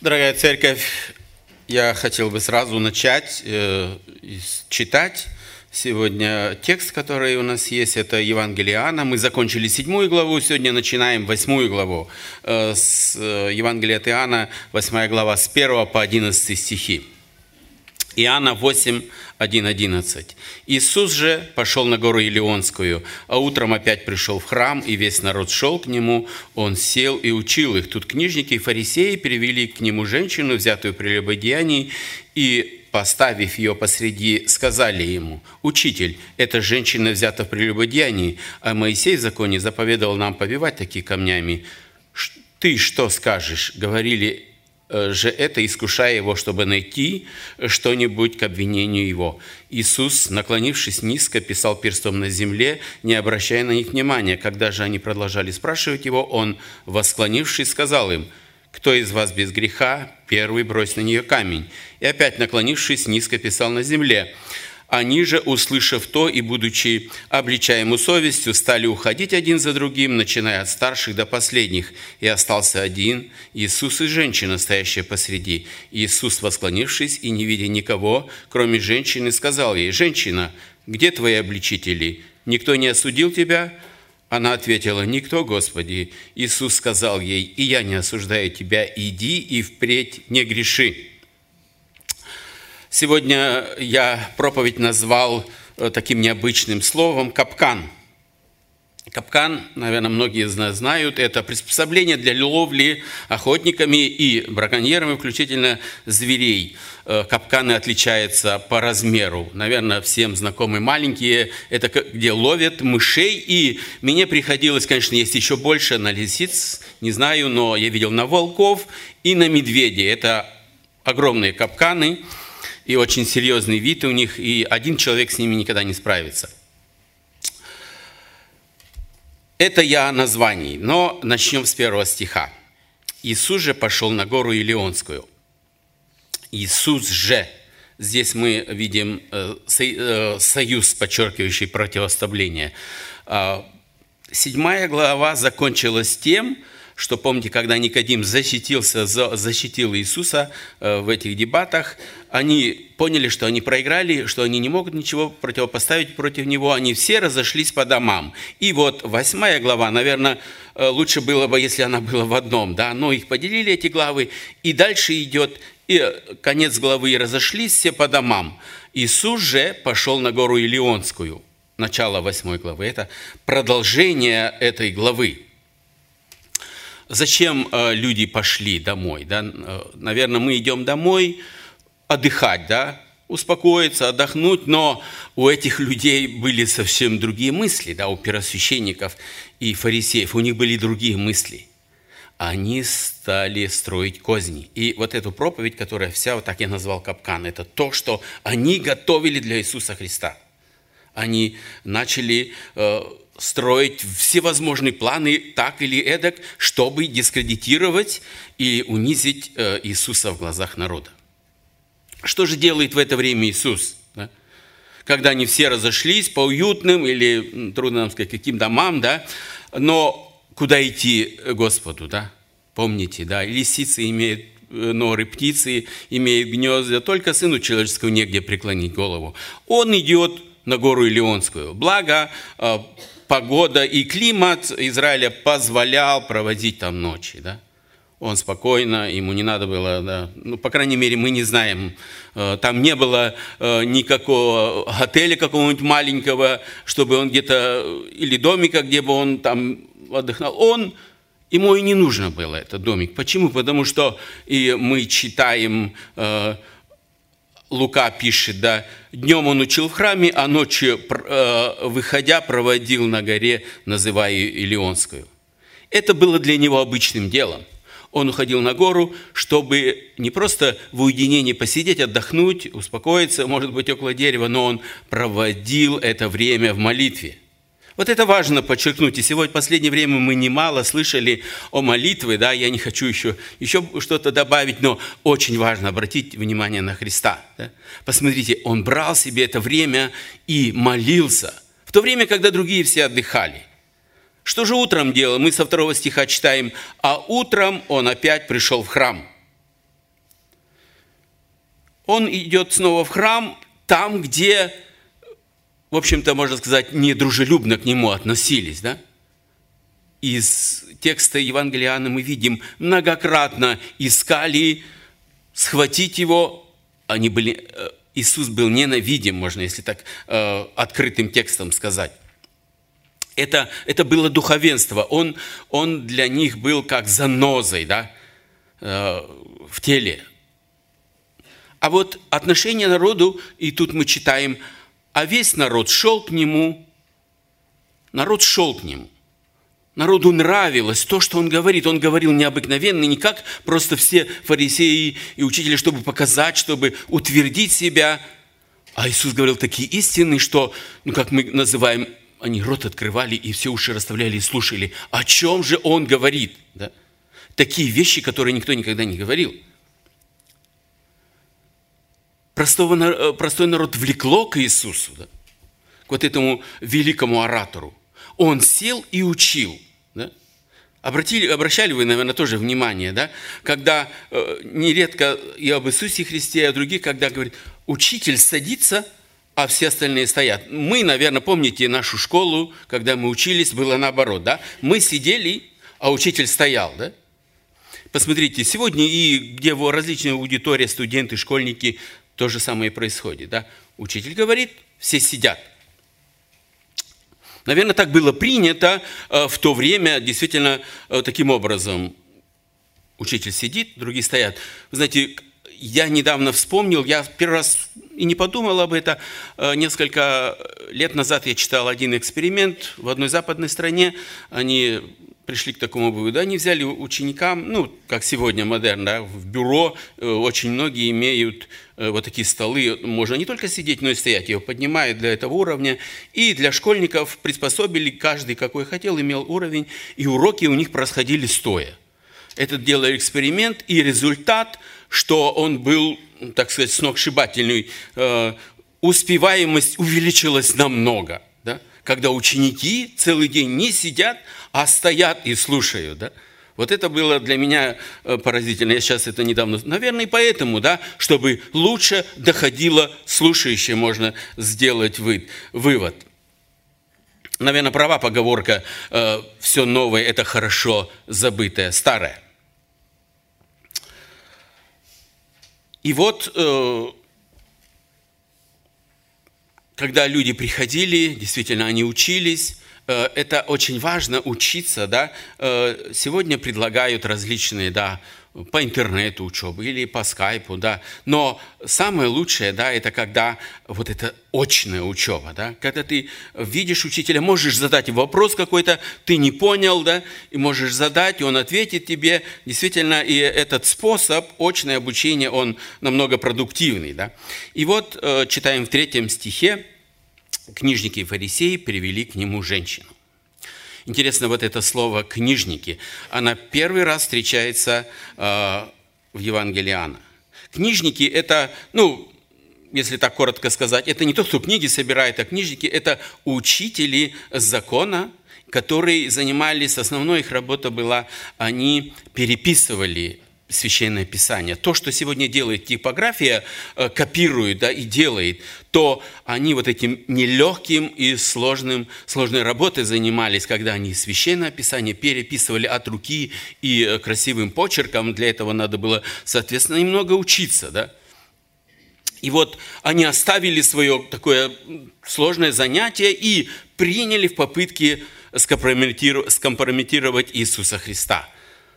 Дорогая церковь, я хотел бы сразу начать читать. Сегодня текст, который у нас есть, это Евангелие Иоанна. Мы закончили 7 главу, сегодня начинаем 8 главу. С Евангелия от Иоанна, 8 глава, с 1 по 11 стихи. Иоанна 8, 1, 11. «Иисус же пошел на гору Илионскую, а утром опять пришел в храм, и весь народ шел к нему. Он сел и учил их. Тут книжники и фарисеи привели к нему женщину, взятую при прелюбодеянии, и, поставив ее посреди, сказали ему: «Учитель, эта женщина взята в прелюбодеянии, а Моисей в законе заповедовал нам побивать такими камнями. Ты что скажешь?» Говорили же это, искушая его, чтобы найти что-нибудь к обвинению его. Иисус, наклонившись низко, писал перстом на земле, не обращая на них внимания. Когда же они продолжали спрашивать его, он, восклонившись, сказал им: «Кто из вас без греха, первый брось на нее камень». И опять, наклонившись низко, писал на земле. Они же, услышав то и будучи обличаемы совестью, стали уходить один за другим, начиная от старших до последних. И остался один Иисус и женщина, стоящая посреди. Иисус, восклонившись и не видя никого, кроме женщины, сказал ей: «Женщина, где твои обличители? Никто не осудил тебя?» Она ответила: «Никто, Господи». Иисус сказал ей: «И я не осуждаю тебя, иди и впредь не греши». Сегодня я проповедь назвал таким необычным словом «капкан». Капкан, наверное, многие из нас знают, это приспособление для ловли охотниками и браконьерами, включительно зверей. Капканы отличаются по размеру. Наверное, всем знакомы маленькие, это где ловят мышей. И мне приходилось, конечно, есть еще больше на лисиц, не знаю, но я видел на волков и на медведей. Это огромные капканы. И очень серьезный вид у них, и один человек с ними никогда не справится. Это я о названии, но начнем с 1 стиха. «Иисус же пошел на гору Илионскую». Иисус же. Здесь мы видим союз, подчеркивающий противостояние. 7 глава закончилась тем, что, помните, когда Никодим защитил Иисуса в этих дебатах, они поняли, что они проиграли, что они не могут ничего противопоставить против него, они все разошлись по домам. И вот 8 глава, наверное, лучше было бы, если она была в одном, да, но их поделили, эти главы, и дальше идет, и конец главы, и разошлись все по домам. Иисус же пошел на гору Илионскую. Начало 8 главы, это продолжение этой главы. Зачем люди пошли домой? Да? Наверное, мы идем домой отдыхать, да? Успокоиться, отдохнуть, но у этих людей были совсем другие мысли, да? У первосвященников и фарисеев, у них были другие мысли. Они стали строить козни. И вот эту проповедь, которая вся, вот так я назвал капкан, это то, что они готовили для Иисуса Христа. Они начали строить всевозможные планы, так или эдак, чтобы дискредитировать и унизить Иисуса в глазах народа. Что же делает в это время Иисус? Да? Когда они все разошлись по уютным или, трудно нам сказать, каким домам, да? Но куда идти Господу? Да? Помните, да? Лисицы имеют норы, птицы имеют гнезда, только Сыну Человеческому негде преклонить голову. Он идет на гору Илионскую. Благо, погода и климат Израиля позволял проводить там ночи. Да? Он спокойно, ему не надо было, да, ну, по крайней мере, мы не знаем, там не было никакого отеля какого-нибудь маленького, чтобы он где-то, или домика, где бы он там отдыхал. Ему и не нужно было этот домик. Почему? Потому что и мы читаем, Лука пишет, да, днем он учил в храме, а ночью, выходя, проводил на горе, называя Илионскую. Это было для него обычным делом. Он уходил на гору, чтобы не просто в уединении посидеть, отдохнуть, успокоиться, может быть, около дерева, но он проводил это время в молитве. Вот это важно подчеркнуть. И сегодня, в последнее время, мы немало слышали о молитве. Да? Я не хочу еще что-то добавить, но очень важно обратить внимание на Христа. Да? Посмотрите, Он брал себе это время и молился, в то время, когда другие все отдыхали. Что же утром делал? Мы со 2 стиха читаем: «А утром Он опять пришел в храм». он идет снова в храм, там, где, в общем-то, можно сказать, недружелюбно к нему относились, да? Из текста Евангелия Иоанна мы видим, многократно искали схватить его. Иисус был ненавидим, можно, если так открытым текстом сказать. Это было духовенство. Он для них был как занозой, да, в теле. А вот отношение народу, и тут мы читаем, а весь народ шел к нему. Народ шел к нему. Народу нравилось то, что он говорит. Он говорил необыкновенно, не как просто все фарисеи и учители, чтобы показать, чтобы утвердить себя. А Иисус говорил такие истины, что, как мы называем, они рот открывали и все уши расставляли и слушали. О чем же он говорит? Да? Такие вещи, которые никто никогда не говорил. Простой народ влекло к Иисусу, да? К вот этому великому оратору. Он сел и учил. Да? Обращали вы, наверное, тоже внимание, да? Когда нередко и об Иисусе Христе, и о других, когда говорит, учитель садится, а все остальные стоят. Мы, наверное, помните нашу школу, когда мы учились, было наоборот, да? Мы сидели, а учитель стоял, да? Посмотрите, сегодня и где в различной аудитории, студенты, школьники, то же самое и происходит, да? Учитель говорит, все сидят. Наверное, так было принято в то время, действительно, таким образом. Учитель сидит, другие стоят. Вы знаете, я недавно вспомнил, я первый раз и не подумал об этом. Несколько лет назад я читал один эксперимент в одной западной стране. Они пришли к такому выводу. Они взяли ученикам, как сегодня модерн, да, в бюро очень многие имеют вот такие столы. Можно не только сидеть, но и стоять. Его поднимают для этого уровня. И для школьников приспособили, каждый какой хотел, имел уровень. И уроки у них происходили стоя. Это делали эксперимент, и результат, что он был, так сказать, сногсшибательный. Успеваемость увеличилась намного. Да? Когда ученики целый день не сидят, а стоят и слушают. Да? Вот это было для меня поразительно. Я сейчас это недавно... Наверное, и поэтому, да, чтобы лучше доходило слушающее, можно сделать вывод. Наверное, права поговорка «все новое – это хорошо забытое старое». И вот, когда люди приходили, действительно, они учились, это очень важно учиться, да. Сегодня предлагают различные, да, по интернету учебы или по скайпу, да. Но самое лучшее, да, это когда вот эта очная учеба, да. Когда ты видишь учителя, можешь задать вопрос какой-то, ты не понял, да, и можешь задать, и он ответит тебе. Действительно, и этот способ, очное обучение, он намного продуктивный, да. И вот читаем в 3 стихе. Книжники и фарисеи привели к нему женщину. Интересно, вот это слово «книжники», она первый раз встречается в Евангелии Иоанна. Книжники – это, если так коротко сказать, это не то, кто книги собирает, а книжники – это учители закона, которые занимались, основной их работа была, они переписывали Священное Писание. То, что сегодня делает типография, копирует, да, и делает, то они вот этим нелегким и сложной работой занимались, когда они Священное Писание переписывали от руки и красивым почерком. Для этого надо было, соответственно, немного учиться, да. И вот они оставили свое такое сложное занятие и приняли в попытке скомпрометировать Иисуса Христа.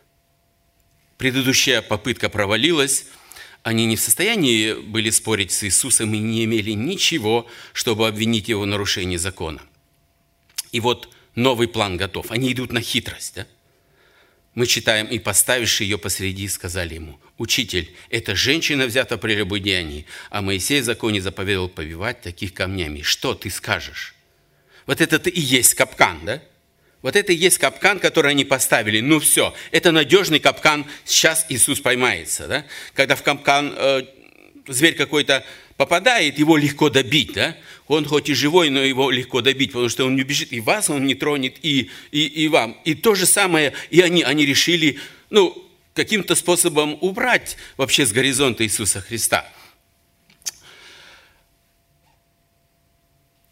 Предыдущая попытка провалилась. Они не в состоянии были спорить с Иисусом и не имели ничего, чтобы обвинить его в нарушении закона. И вот новый план готов. Они идут на хитрость. Да? Мы читаем, и поставивши ее посреди, сказали ему: «Учитель, эта женщина взята при прелюбодеянии, а Моисей в законе заповедовал побивать таких камнями. Что ты скажешь?» Вот это-то и есть капкан, да? Вот это и есть капкан, который они поставили. Ну все, это надежный капкан, сейчас Иисус поймается. Да? Когда в капкан зверь какой-то попадает, его легко добить. Да? Он хоть и живой, но его легко добить, потому что он не убежит, и вас он не тронет, и вам. И то же самое, и они решили каким-то способом убрать вообще с горизонта Иисуса Христа.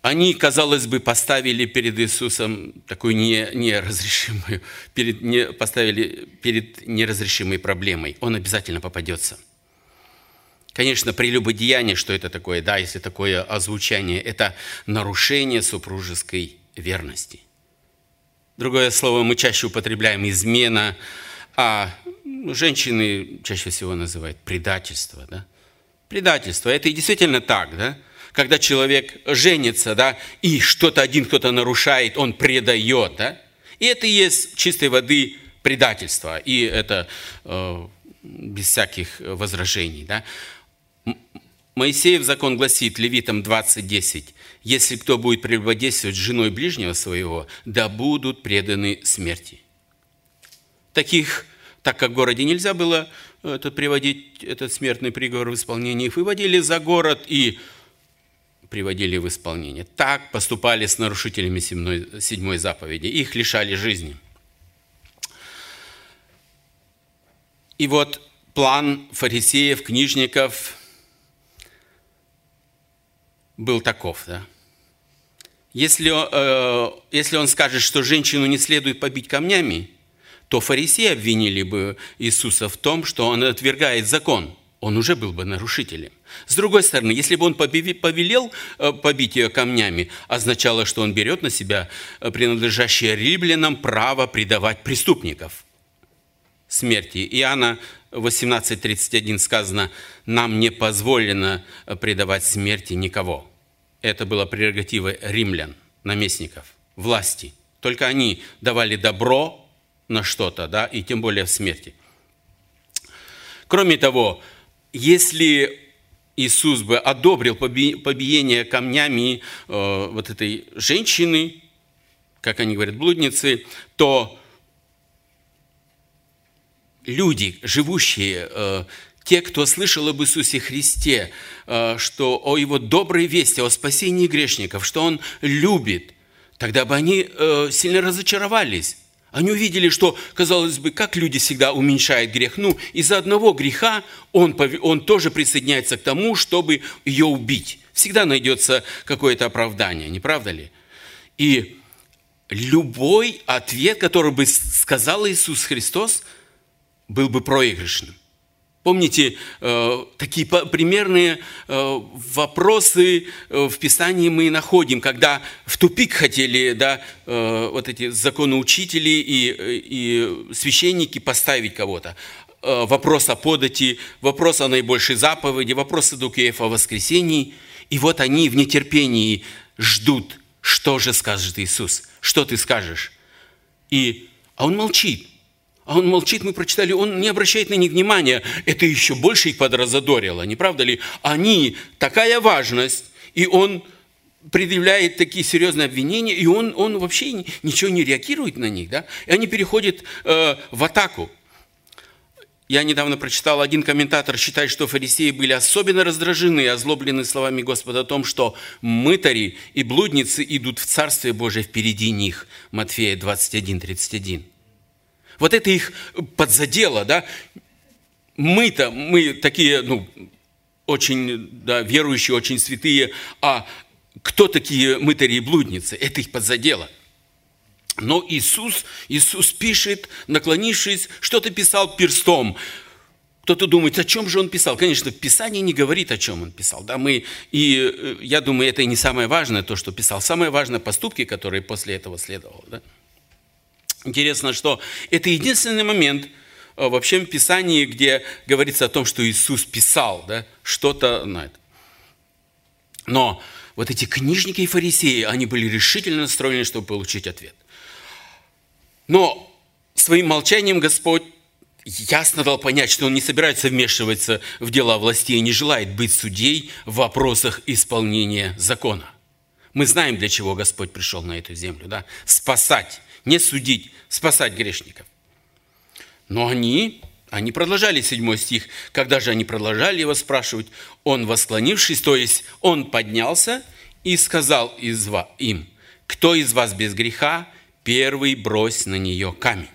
Они, казалось бы, поставили перед Иисусом такую неразрешимую, поставили перед неразрешимой проблемой. Он обязательно попадется. Конечно, прелюбодеяние, что это такое? Да, если такое озвучание, это нарушение супружеской верности. Другое слово мы чаще употребляем измена, а женщины чаще всего называют предательство. Да? Предательство. Это и действительно так, да? Когда человек женится, да, и кто-то нарушает, он предает, да? И это и есть чистой воды предательство, и это без всяких возражений, да? Моисеев закон гласит, Левитам 20:10, если кто будет прелюбодействовать с женой ближнего своего, да будут преданы смерти. Таких, так как в городе нельзя было приводить этот смертный приговор в исполнение, их выводили за город и приводили в исполнение. Так поступали с нарушителями седьмой заповеди. Их лишали жизни. И вот план фарисеев, книжников был таков. Да? Если он скажет, что женщину не следует побить камнями, то фарисеи обвинили бы Иисуса в том, что он отвергает закон. Он уже был бы нарушителем. С другой стороны, если бы он повелел побить ее камнями, означало, что он берет на себя принадлежащее римлянам право предавать преступников смерти. Иоанна 18:31 сказано, нам не позволено предавать смерти никого. Это было прерогативой римлян, наместников, власти. Только они давали добро на что-то, да, и тем более в смерти. Кроме того, если Иисус бы одобрил побиение камнями вот этой женщины, как они говорят, блудницы, то люди, живущие, те, кто слышал об Иисусе Христе, что о Его доброй вести, о спасении грешников, что Он любит, тогда бы они сильно разочаровались. Они увидели, что, казалось бы, как люди всегда уменьшают грех. Ну, из-за одного греха он тоже присоединяется к тому, чтобы ее убить. Всегда найдется какое-то оправдание, не правда ли? И любой ответ, который бы сказал Иисус Христос, был бы проигрышным. Помните, такие примерные вопросы в Писании мы находим, когда в тупик хотели, да, вот эти законоучители и священники поставить кого-то. Вопрос о подати, вопрос о наибольшей заповеди, вопрос саддукеев о воскресении. И вот они в нетерпении ждут, что же скажет Иисус, что ты скажешь. А он молчит. Мы прочитали, он не обращает на них внимания. Это еще больше их подразодорило, не правда ли? Они, такая важность, и он предъявляет такие серьезные обвинения, и он вообще ничего не реагирует на них. Да? И они переходят в атаку. Я недавно прочитал, один комментатор считает, что фарисеи были особенно раздражены и озлоблены словами Господа о том, что мытари и блудницы идут в Царствие Божие впереди них. Матфея 21:31. Вот это их подзадело, да? Мы такие, очень, да, верующие, очень святые, а кто такие мытари и блудницы? Это их подзадело. Но Иисус пишет, наклонившись, что-то писал перстом. Кто-то думает, о чем же он писал? Конечно, Писание не говорит, о чем он писал. Да? Я думаю, это и не самое важное, то, что писал. Самое важное – поступки, которые после этого следовало. Да? Интересно, что это единственный момент во всем Писании, где говорится о том, что Иисус писал, да, что-то на это. Но вот эти книжники и фарисеи, они были решительно настроены, чтобы получить ответ. Но своим молчанием Господь ясно дал понять, что Он не собирается вмешиваться в дела властей и не желает быть судьей в вопросах исполнения закона. Мы знаем, для чего Господь пришел на эту землю, да? Спасать. Не судить, спасать грешников. Но они продолжали, 7 стих. Когда же они продолжали его спрашивать, он, восклонившись, то есть он поднялся и сказал им, кто из вас без греха, первый брось на нее камень.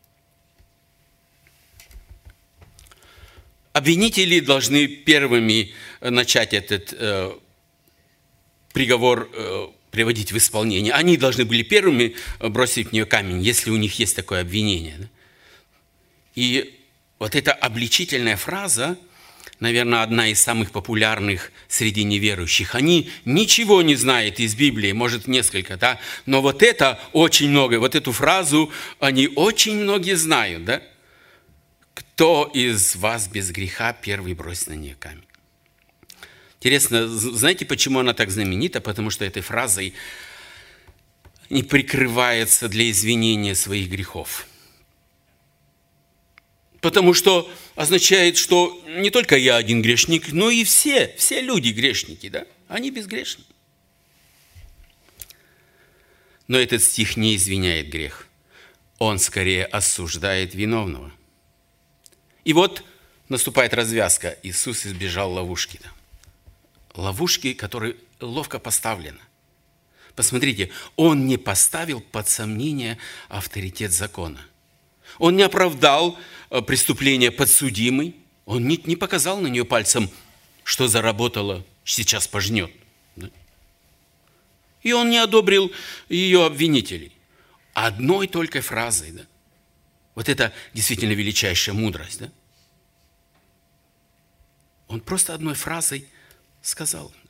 Обвинители должны первыми начать этот приговор приводить в исполнение. Они должны были первыми бросить в нее камень, если у них есть такое обвинение. Да? И вот эта обличительная фраза, наверное, одна из самых популярных среди неверующих. Они ничего не знают из Библии, может, несколько, да? Но вот это очень много, вот эту фразу они очень многие знают, да? Кто из вас без греха, первый бросит на нее камень? Интересно, знаете, почему она так знаменита? Потому что этой фразой не прикрывается для извинения своих грехов. Потому что означает, что не только я один грешник, но и все люди грешники, да? Они безгрешны. Но этот стих не извиняет грех. Он скорее осуждает виновного. И вот наступает развязка. Иисус избежал ловушки. Да? Ловушки, которая ловко поставлена. Посмотрите, Он не поставил под сомнение авторитет закона. Он не оправдал преступление подсудимой. Он не показал на нее пальцем, что заработало, сейчас пожнет. Да? И он не одобрил ее обвинителей. Одной только фразой. Да? Вот это действительно величайшая мудрость. Да? Он просто одной фразой сказал. Да?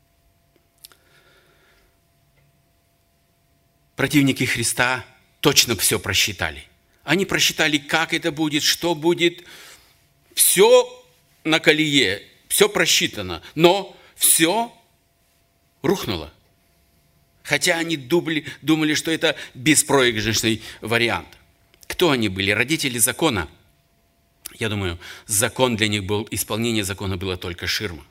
Противники Христа точно все просчитали. Они просчитали, как это будет, что будет. Все на колее, все просчитано, но все рухнуло. Хотя они думали, что это беспроигрышный вариант. Кто они были? Родители закона. Я думаю, закон для них был, исполнение закона было только ширма.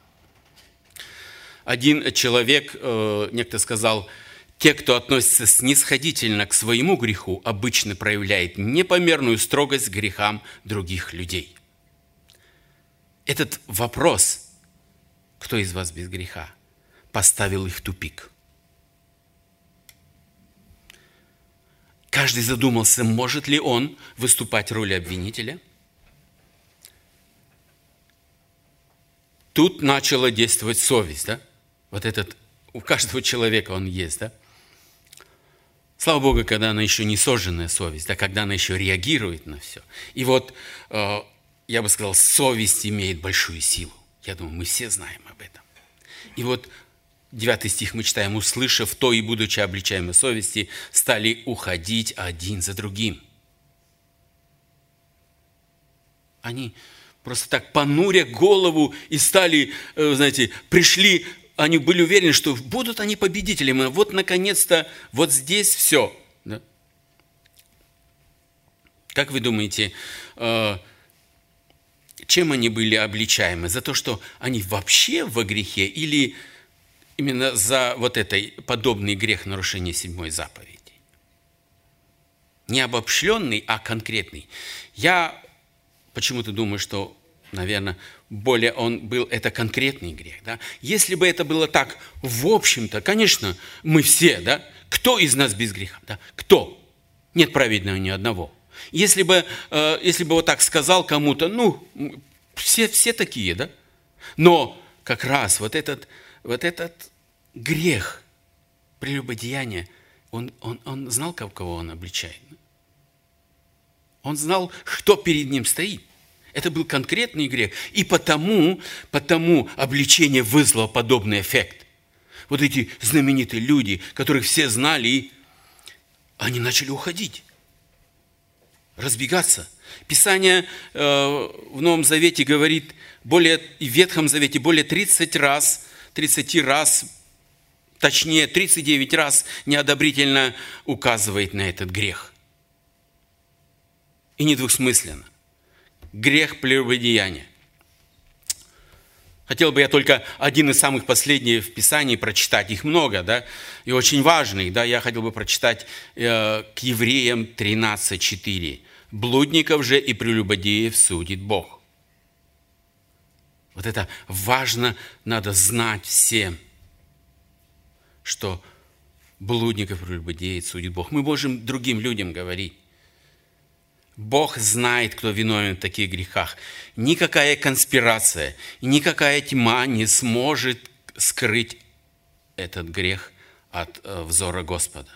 Один человек, некто сказал, те, кто относится снисходительно к своему греху, обычно проявляет непомерную строгость к грехам других людей. Этот вопрос, кто из вас без греха, поставил их в тупик. Каждый задумался, может ли он выступать в роли обвинителя. Тут начала действовать совесть, да? Вот этот, у каждого человека он есть, да? Слава Богу, когда она еще не сожженная совесть, да, когда она еще реагирует на все. И вот, я бы сказал, совесть имеет большую силу. Я думаю, мы все знаем об этом. И вот 9 стих мы читаем, услышав то и будучи обличаемы совести, стали уходить один за другим. Они просто так понуря голову и стали, знаете, пришли. Они были уверены, что будут они победителями. Вот, наконец-то, вот здесь все. Да? Как вы думаете, чем они были обличаемы? За то, что они вообще во грехе или именно за вот этой подобный грех нарушения 7 заповеди? Не обобщенный, а конкретный. Я почему-то думаю, что, наверное, более он был, это конкретный грех. Да? Если бы это было так, в общем-то, конечно, мы все, да? Кто из нас без греха? Да? Кто? Нет праведного ни одного. Если бы вот так сказал кому-то, ну, все такие, да? Но как раз вот этот грех прелюбодеяния, он знал, кого он обличает. Он знал, кто перед ним стоит. Это был конкретный грех. И потому обличение вызвало подобный эффект. Вот эти знаменитые люди, которых все знали, они начали уходить, разбегаться. Писание в Новом Завете говорит, в Ветхом Завете более 30 раз, точнее 39 раз неодобрительно указывает на этот грех. И недвусмысленно. Грех прелюбодеяния. Хотел бы я только один из самых последних в Писании прочитать. Их много, да, и очень важных. Да, я хотел бы прочитать к Евреям 13:4. «Блудников же и прелюбодеев судит Бог». Вот это важно, надо знать всем, что блудников и прелюбодеев судит Бог. Мы можем другим людям говорить. Бог знает, кто виновен в таких грехах. Никакая конспирация, никакая тьма не сможет скрыть этот грех от взора Господа.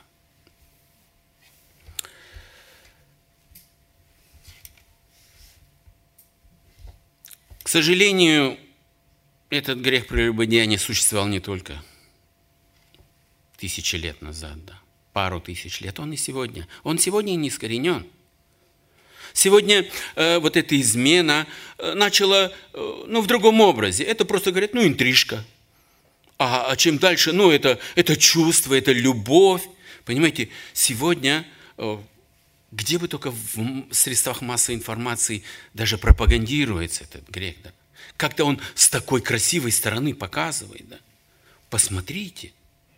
К сожалению, этот грех прелюбодеяния существовал не только тысячи лет назад, да, пару тысяч лет. Он и сегодня. Он сегодня не искоренен. Сегодня вот эта измена начала в другом образе. Это просто, говорят, интрижка. А чем дальше, это чувство, это любовь. Понимаете, сегодня, где бы только в средствах массовой информации даже пропагандируется этот грех, да? Как-то он с такой красивой стороны показывает, да? Посмотрите.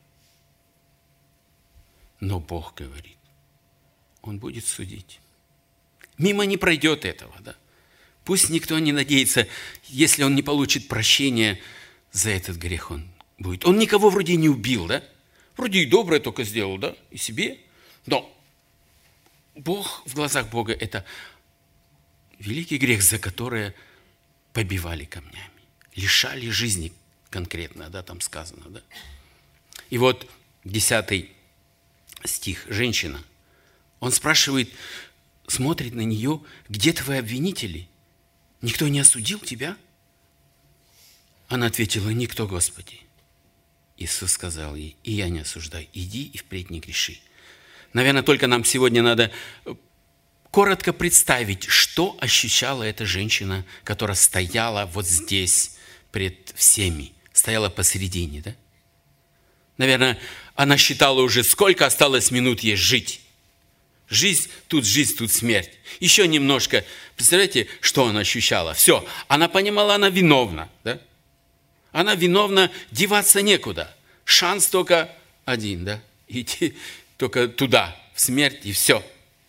Но Бог говорит, Он будет судить. Мимо не пройдет этого, да? Пусть никто не надеется, если он не получит прощения за этот грех, он будет. Он никого вроде не убил, да? Вроде и доброе только сделал, да? И себе. Но Бог, в глазах Бога, это великий грех, за который побивали камнями, лишали жизни конкретно, да, там сказано, да. И вот 10 стих, женщина, он спрашивает, смотрит на нее, где твои обвинители? Никто не осудил тебя? Она ответила, никто, Господи. Иисус сказал ей, и я не осуждаю, иди и впредь не греши. Наверное, только нам сегодня надо коротко представить, что ощущала эта женщина, которая стояла вот здесь пред всеми, стояла посередине, да? Наверное, она считала уже, сколько осталось минут ей жить. Жизнь, тут смерть. Еще немножко. Представляете, что она ощущала? Все, она понимала, она виновна, да? Она виновна, деваться некуда. Шанс только один, да? Идти только туда, в смерть, и все.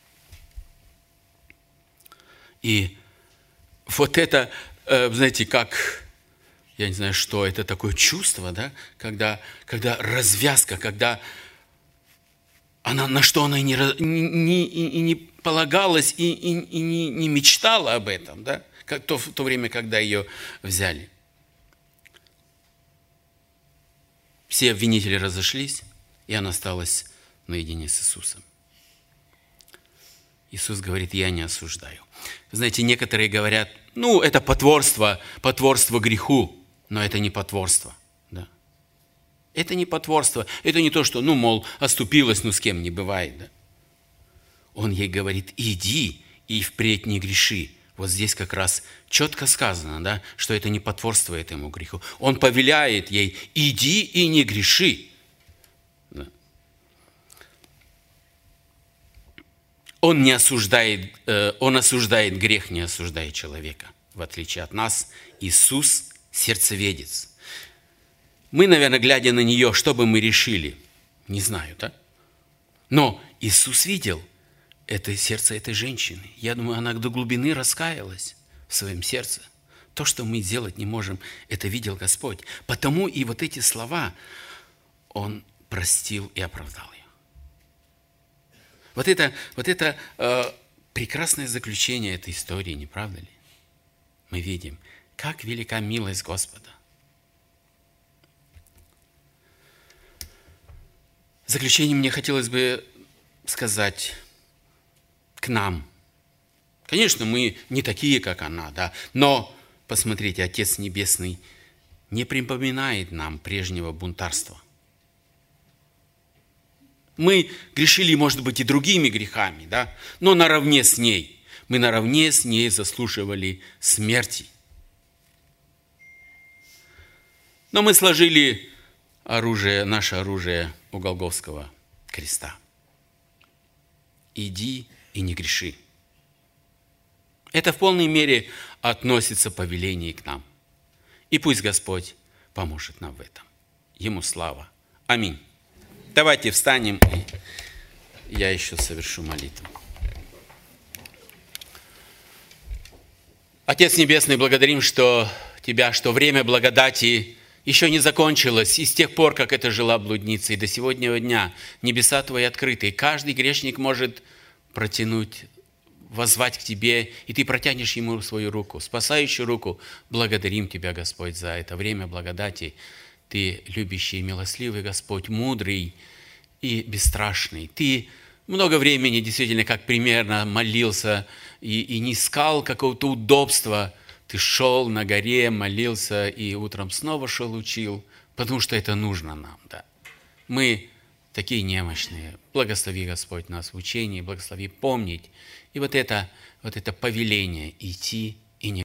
И вот это, знаете, как, я не знаю, что это такое чувство, да? Когда развязка, когда она на что она и не полагалась, и не мечтала об этом, да? В то время, когда ее взяли. Все обвинители разошлись, и она осталась наедине с Иисусом. Иисус говорит, я не осуждаю. Знаете, некоторые говорят, это потворство греху, но это не потворство. Да? Это не потворство, это не то, что, мол, оступилась, с кем не бывает. Да? Он ей говорит, иди и впредь не греши. Вот здесь как раз четко сказано, да, что это не потворство этому греху. Он повеляет ей, иди и не греши. Да. Он осуждает грех, не осуждает человека. В отличие от нас, Иисус сердцеведец. Мы, наверное, глядя на нее, что бы мы решили? Не знаю, да? Но Иисус видел это сердце этой женщины. Я думаю, она до глубины раскаялась в своем сердце. То, что мы сделать не можем, это видел Господь. Потому и вот эти слова Он простил и оправдал ее. Вот это прекрасное заключение этой истории, не правда ли? Мы видим, как велика милость Господа. В заключение мне хотелось бы сказать к нам. Конечно, мы не такие, как она, да, но, посмотрите, Отец Небесный не припоминает нам прежнего бунтарства. Мы грешили, может быть, и другими грехами, да, но наравне с ней. Мы наравне с ней заслуживали смерти. Но мы сложили наше оружие у Голгофского креста. Иди и не греши. Это в полной мере относится повеление к нам. И пусть Господь поможет нам в этом. Ему слава. Аминь. Давайте встанем, и я еще совершу молитву. Отец Небесный, благодарим Тебя, что время благодати еще не закончилось. И с тех пор, как это жила блудница, и до сегодняшнего дня небеса Твои открыты. И каждый грешник может протянуть, воззвать к Тебе, и Ты протянешь ему свою руку, спасающую руку. Благодарим Тебя, Господь, за это время благодати. Ты любящий и милостливый Господь, мудрый и бесстрашный. Ты много времени действительно, как примерно, молился и не искал какого-то удобства. Ты шел на горе, молился и утром снова шел, учил, потому что это нужно нам. Да. Мы такие немощные. Благослови, Господь, нас в учении, благослови помнить. И вот это повеление идти